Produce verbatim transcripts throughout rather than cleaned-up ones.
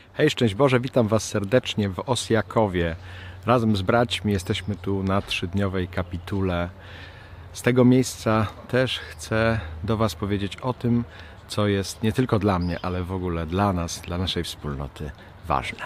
Hej, szczęść Boże, witam Was serdecznie w Osjakowie. Razem z braćmi jesteśmy tu na trzydniowej kapitule. Z tego miejsca też chcę do Was powiedzieć o tym, co jest nie tylko dla mnie, ale w ogóle dla nas, dla naszej wspólnoty ważne.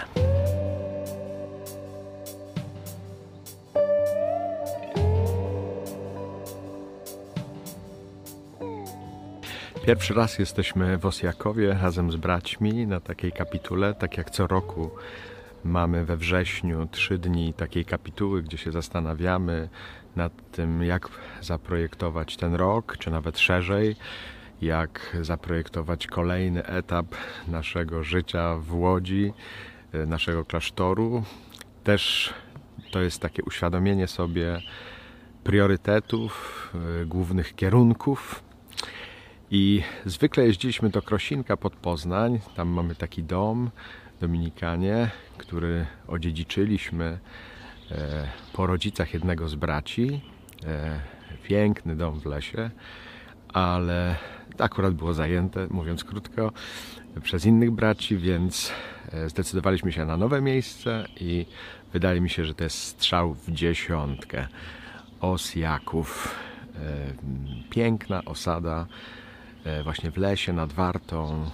Pierwszy raz jesteśmy w Osjakowie razem z braćmi na takiej kapitule, tak jak co roku mamy we wrześniu trzy dni takiej kapituły, gdzie się zastanawiamy nad tym, jak zaprojektować ten rok, czy nawet szerzej, jak zaprojektować kolejny etap naszego życia w Łodzi, naszego klasztoru. Też to jest takie uświadomienie sobie priorytetów, głównych kierunków. I zwykle jeździliśmy do Krosinka pod Poznań, tam mamy taki dom w Dominikanie, który odziedziczyliśmy po rodzicach jednego z braci. Piękny dom w lesie, ale akurat było zajęte, mówiąc krótko, przez innych braci, więc zdecydowaliśmy się na nowe miejsce i wydaje mi się, że to jest strzał w dziesiątkę. Osjaków, piękna osada, właśnie w lesie nad Wartą.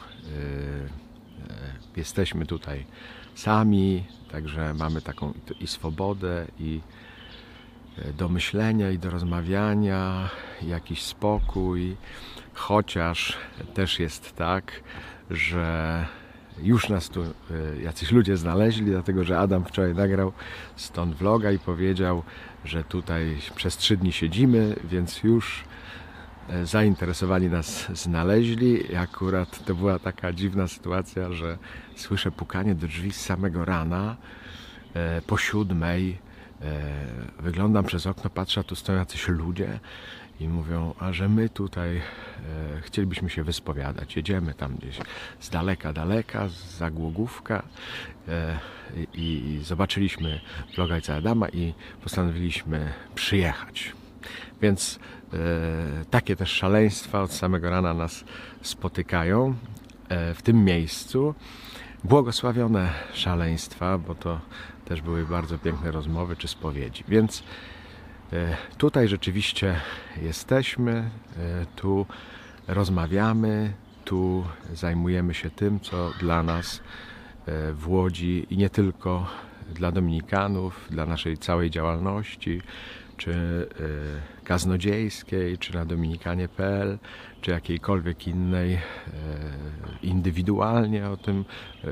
Jesteśmy tutaj sami, także mamy taką i swobodę, i do myślenia, i do rozmawiania, jakiś spokój, chociaż też jest tak, że już nas tu jacyś ludzie znaleźli, dlatego że Adam wczoraj nagrał stąd vloga i powiedział, że tutaj przez trzy dni siedzimy, więc już zainteresowani nas znaleźli. I akurat to była taka dziwna sytuacja, że słyszę pukanie do drzwi z samego rana, po siódmej. Wyglądam przez okno, patrzę, a tu stoją jacyś ludzie i mówią, a że my tutaj chcielibyśmy się wyspowiadać. Jedziemy tam gdzieś z daleka, daleka, z Zagłogówka i, i zobaczyliśmy vloga ojca Adama i postanowiliśmy przyjechać. Więc e, takie też szaleństwa od samego rana nas spotykają e, w tym miejscu. Błogosławione szaleństwa, bo to też były bardzo piękne rozmowy czy spowiedzi. Więc e, tutaj rzeczywiście jesteśmy, e, tu rozmawiamy, tu zajmujemy się tym, co dla nas e, w Łodzi i nie tylko dla Dominikanów, dla naszej całej działalności, czy y, kaznodziejskiej, czy na dominikanie kropka pe el, czy jakiejkolwiek innej, y, indywidualnie o tym y,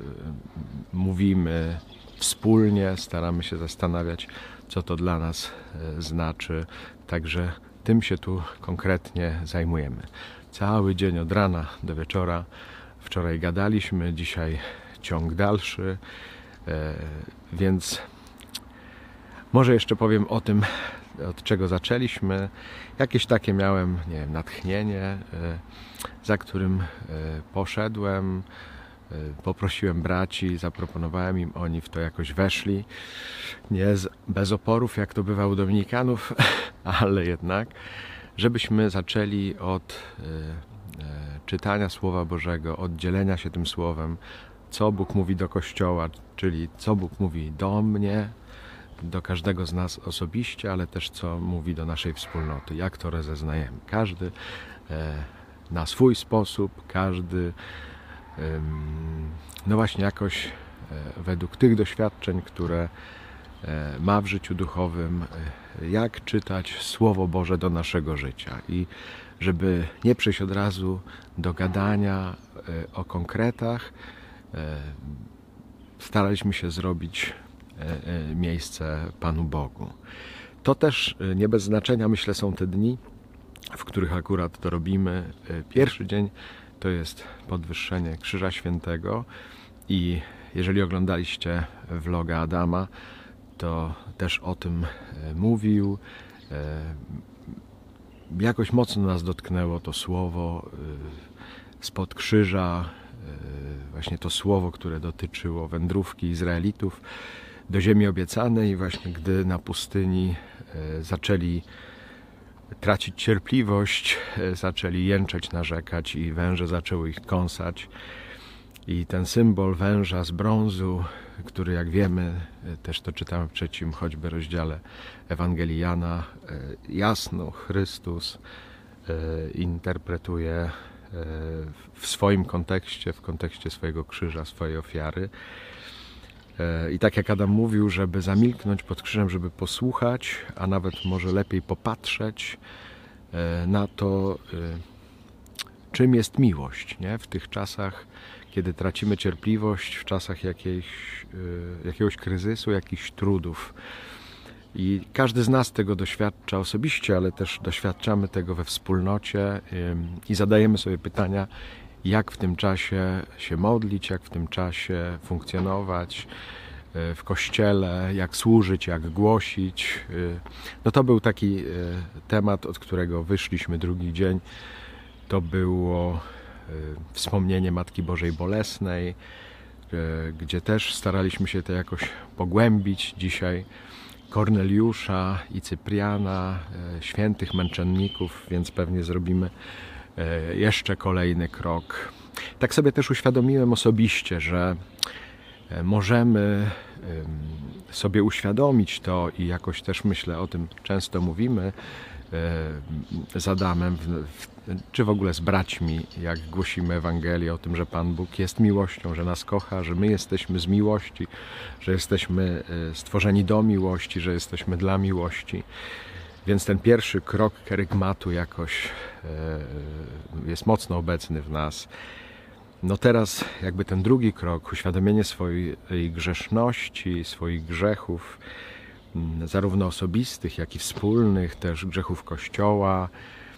mówimy wspólnie, staramy się zastanawiać, co to dla nas y, znaczy. Także tym się tu konkretnie zajmujemy. Cały dzień od rana do wieczora. Wczoraj gadaliśmy, dzisiaj ciąg dalszy, y, więc może jeszcze powiem o tym, od czego zaczęliśmy. Jakieś takie miałem, nie wiem, natchnienie, za którym poszedłem, poprosiłem braci, zaproponowałem im, oni w to jakoś weszli. Nie z, bez oporów, jak to bywa u Dominikanów, ale jednak, żebyśmy zaczęli od czytania Słowa Bożego, od dzielenia się tym Słowem, co Bóg mówi do Kościoła, czyli co Bóg mówi do mnie, do każdego z nas osobiście, ale też co mówi do naszej wspólnoty, jak to rozeznajemy. Każdy e, na swój sposób, każdy e, no właśnie jakoś e, według tych doświadczeń, które e, ma w życiu duchowym, e, jak czytać Słowo Boże do naszego życia i żeby nie przejść od razu do gadania e, o konkretach, e, staraliśmy się zrobić miejsce Panu Bogu. To też nie bez znaczenia, myślę, są te dni, w których akurat to robimy. Pierwszy dzień to jest podwyższenie Krzyża Świętego i jeżeli oglądaliście vloga Adama, to też o tym mówił. Jakoś mocno nas dotknęło to słowo spod krzyża, właśnie to słowo, które dotyczyło wędrówki Izraelitów do ziemi obiecanej, właśnie gdy na pustyni zaczęli tracić cierpliwość, zaczęli jęczeć, narzekać i węże zaczęły ich kąsać. I ten symbol węża z brązu, który jak wiemy, też to czytamy w trzecim choćby rozdziale Ewangelii Jana, jasno Chrystus interpretuje w swoim kontekście, w kontekście swojego krzyża, swojej ofiary. I tak jak Adam mówił, żeby zamilknąć pod krzyżem, żeby posłuchać, a nawet może lepiej popatrzeć na to, czym jest miłość, nie? W tych czasach, kiedy tracimy cierpliwość, w czasach jakiejś, jakiegoś kryzysu, jakichś trudów. I każdy z nas tego doświadcza osobiście, ale też doświadczamy tego we wspólnocie i zadajemy sobie pytania, jak w tym czasie się modlić, jak w tym czasie funkcjonować w kościele, jak służyć, jak głosić. No to był taki temat, od którego wyszliśmy drugi dzień. To było wspomnienie Matki Bożej Bolesnej, gdzie też staraliśmy się to jakoś pogłębić. Dzisiaj Korneliusza i Cypriana, świętych męczenników, więc pewnie zrobimy jeszcze kolejny krok. Tak sobie też uświadomiłem osobiście, że możemy sobie uświadomić to i jakoś też myślę, o tym często mówimy z Adamem, czy w ogóle z braćmi, jak głosimy Ewangelię o tym, że Pan Bóg jest miłością, że nas kocha, że my jesteśmy z miłości, że jesteśmy stworzeni do miłości, że jesteśmy dla miłości. Więc ten pierwszy krok kerygmatu jakoś jest mocno obecny w nas. No teraz jakby ten drugi krok, uświadomienie swojej grzeszności, swoich grzechów, zarówno osobistych, jak i wspólnych, też grzechów Kościoła,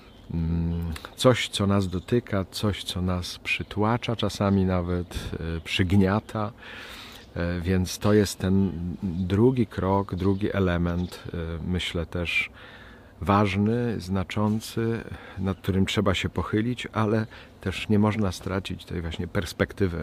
coś, co nas dotyka, coś, co nas przytłacza, czasami nawet przygniata, więc to jest ten drugi krok, drugi element, myślę też ważny, znaczący, nad którym trzeba się pochylić, ale też nie można stracić tej właśnie perspektywy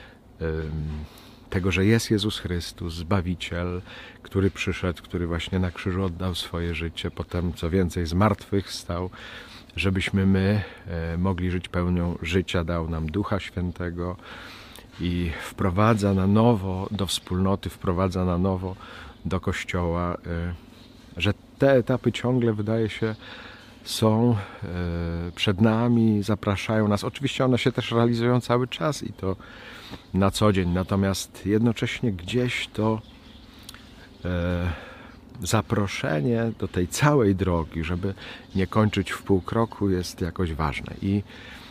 tego, że jest Jezus Chrystus, Zbawiciel, który przyszedł, który właśnie na krzyżu oddał swoje życie, potem co więcej zmartwychwstał, żebyśmy my mogli żyć pełnią życia, dał nam Ducha Świętego i wprowadza na nowo do wspólnoty, wprowadza na nowo do Kościoła, że te etapy ciągle, wydaje się, są przed nami, zapraszają nas. Oczywiście one się też realizują cały czas i to na co dzień, natomiast jednocześnie gdzieś to zaproszenie do tej całej drogi, żeby nie kończyć w pół kroku, jest jakoś ważne i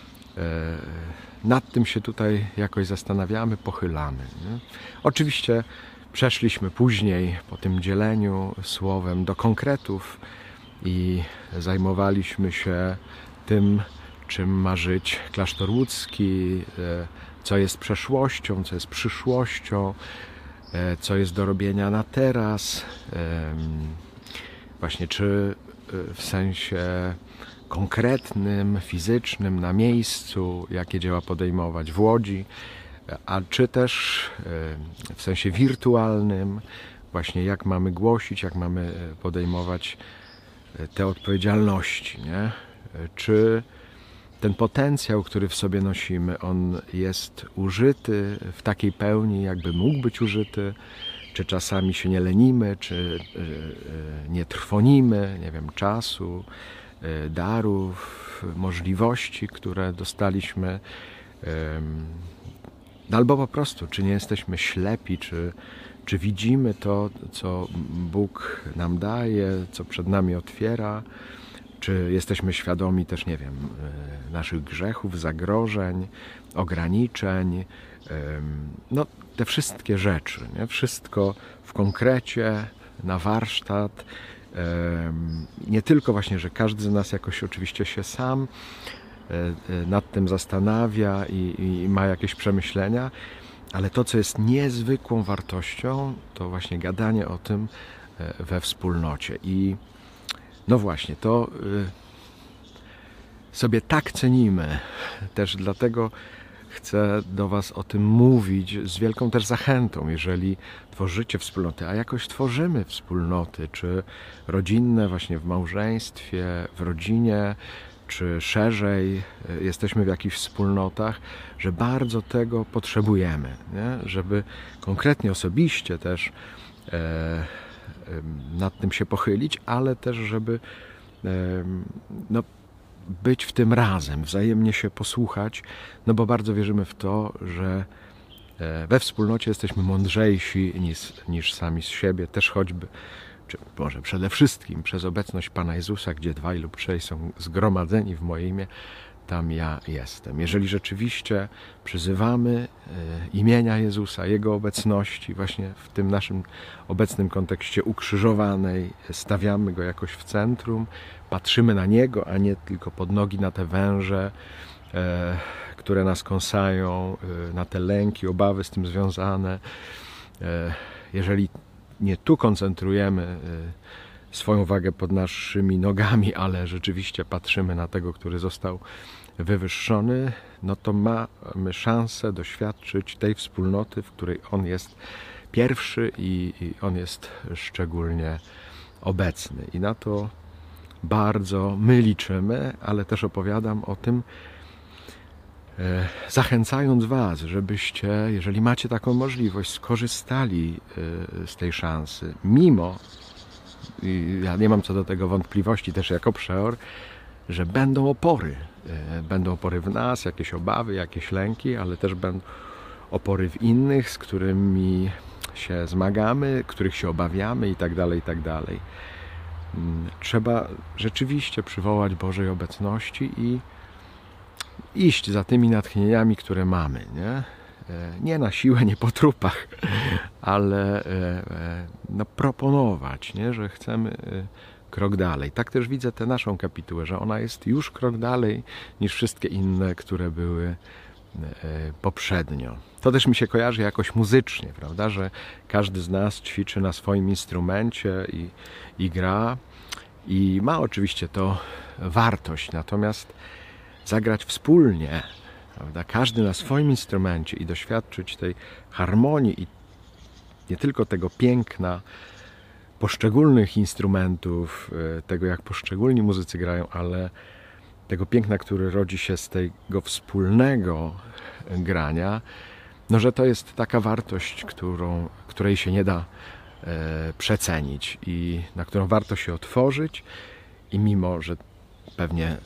nad tym się tutaj jakoś zastanawiamy, pochylamy. Nie? Oczywiście przeszliśmy później po tym dzieleniu słowem do konkretów i zajmowaliśmy się tym, czym ma żyć klasztor łódzki, co jest przeszłością, co jest przyszłością, co jest do robienia na teraz, właśnie czy w sensie konkretnym, fizycznym, na miejscu, jakie dzieła podejmować w Łodzi, a czy też w sensie wirtualnym, właśnie jak mamy głosić, jak mamy podejmować te odpowiedzialności, nie? Czy ten potencjał, który w sobie nosimy, on jest użyty w takiej pełni, jakby mógł być użyty, czy czasami się nie lenimy, czy nie trwonimy, nie wiem, czasu, darów, możliwości, które dostaliśmy, albo po prostu, czy nie jesteśmy ślepi, czy, czy widzimy to, co Bóg nam daje, co przed nami otwiera, czy jesteśmy świadomi też, nie wiem, naszych grzechów, zagrożeń, ograniczeń, no te wszystkie rzeczy, nie? Wszystko w konkrecie, na warsztat, nie tylko właśnie, że każdy z nas jakoś oczywiście się sam nad tym zastanawia i, i ma jakieś przemyślenia, ale to, co jest niezwykłą wartością, to właśnie gadanie o tym we wspólnocie. I no właśnie, to sobie tak cenimy, też dlatego chcę do Was o tym mówić z wielką też zachętą, jeżeli tworzycie wspólnoty, a jakoś tworzymy wspólnoty, czy rodzinne właśnie w małżeństwie, w rodzinie, czy szerzej jesteśmy w jakichś wspólnotach, że bardzo tego potrzebujemy, nie? Żeby konkretnie, osobiście też e, nad tym się pochylić, ale też żeby e, no, być w tym razem, wzajemnie się posłuchać, no bo bardzo wierzymy w to, że we wspólnocie jesteśmy mądrzejsi niż, niż sami z siebie, też choćby, czy może przede wszystkim przez obecność Pana Jezusa, gdzie dwaj lub trzej są zgromadzeni w moje imię, tam ja jestem. Jeżeli rzeczywiście przyzywamy imienia Jezusa, Jego obecności właśnie w tym naszym obecnym kontekście ukrzyżowanej, stawiamy Go jakoś w centrum, patrzymy na Niego, a nie tylko pod nogi na te węże, które nas kąsają, na te lęki, obawy z tym związane. Jeżeli nie tu koncentrujemy swoją wagę pod naszymi nogami, ale rzeczywiście patrzymy na tego, który został wywyższony, no to mamy szansę doświadczyć tej wspólnoty, w której On jest pierwszy i, i On jest szczególnie obecny. I na to bardzo my liczymy, ale też opowiadam o tym, zachęcając Was, żebyście, jeżeli macie taką możliwość, skorzystali z tej szansy, mimo, i ja nie mam co do tego wątpliwości też jako przeor, że będą opory. Będą opory w nas, jakieś obawy, jakieś lęki, ale też będą opory w innych, z którymi się zmagamy, których się obawiamy i tak dalej, i tak dalej. Trzeba rzeczywiście przywołać Bożej obecności i iść za tymi natchnieniami, które mamy, nie? Nie na siłę, nie po trupach, ale no, proponować, nie? Że chcemy krok dalej. Tak też widzę tę naszą kapitułę, że ona jest już krok dalej niż wszystkie inne, które były poprzednio. To też mi się kojarzy jakoś muzycznie, prawda? Że każdy z nas ćwiczy na swoim instrumencie i, i gra i ma oczywiście to wartość, natomiast zagrać wspólnie, prawda? Każdy na swoim instrumencie i doświadczyć tej harmonii i nie tylko tego piękna poszczególnych instrumentów, tego jak poszczególni muzycy grają, ale tego piękna, który rodzi się z tego wspólnego grania, no że to jest taka wartość, którą, której się nie da e, przecenić i na którą warto się otworzyć i mimo, że pewnie e,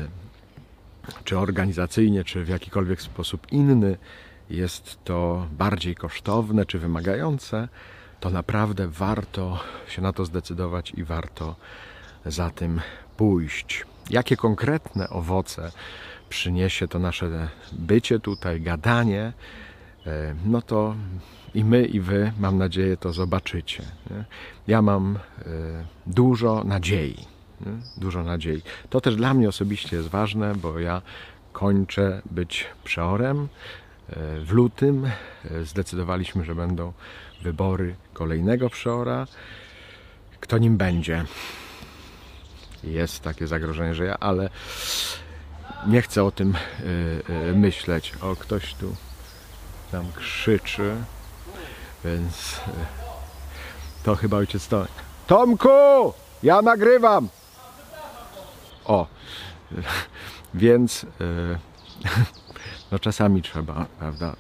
czy organizacyjnie, czy w jakikolwiek sposób inny jest to bardziej kosztowne, czy wymagające, to naprawdę warto się na to zdecydować i warto za tym pójść. Jakie konkretne owoce przyniesie to nasze bycie tutaj, gadanie, no to i my, i wy, mam nadzieję, to zobaczycie. Nie? Ja mam dużo nadziei. Nie? Dużo nadziei. To też dla mnie osobiście jest ważne, bo ja kończę być przeorem. W lutym zdecydowaliśmy, że będą wybory kolejnego przeora. Kto nim będzie? Jest takie zagrożenie, że ja, ale nie chcę o tym myśleć. O, ktoś tu nam krzyczy, więc to chyba ojciec Tomek. Tomku! Ja nagrywam! O, więc no czasami trzeba, prawda,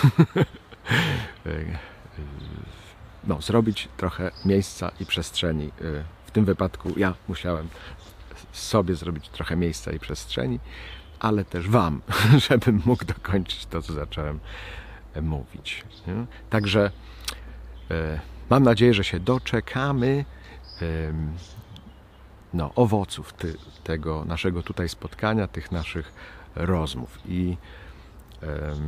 no, zrobić trochę miejsca i przestrzeni. W tym wypadku ja musiałem sobie zrobić trochę miejsca i przestrzeni, ale też wam, żebym mógł dokończyć to, co zacząłem mówić. Nie? Także e, mam nadzieję, że się doczekamy e, no, owoców ty, tego naszego tutaj spotkania, tych naszych rozmów. I e,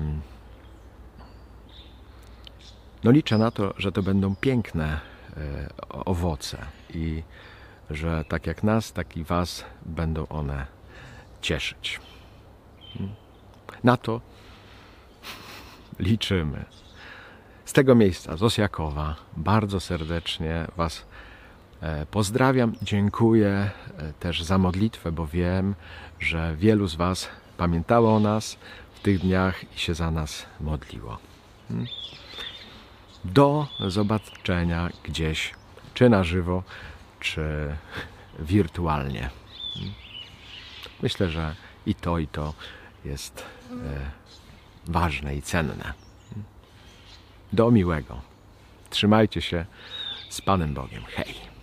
no, liczę na to, że to będą piękne e, owoce i że tak jak nas, tak i was będą one cieszyć. Na to liczymy. Z tego miejsca, z Osjakowa, bardzo serdecznie was pozdrawiam. Dziękuję też za modlitwę, bo wiem, że wielu z was pamiętało o nas w tych dniach i się za nas modliło. Do zobaczenia gdzieś, czy na żywo, czy wirtualnie. Myślę, że i to, i to jest e, ważne i cenne. Do miłego. Trzymajcie się z Panem Bogiem. Hej!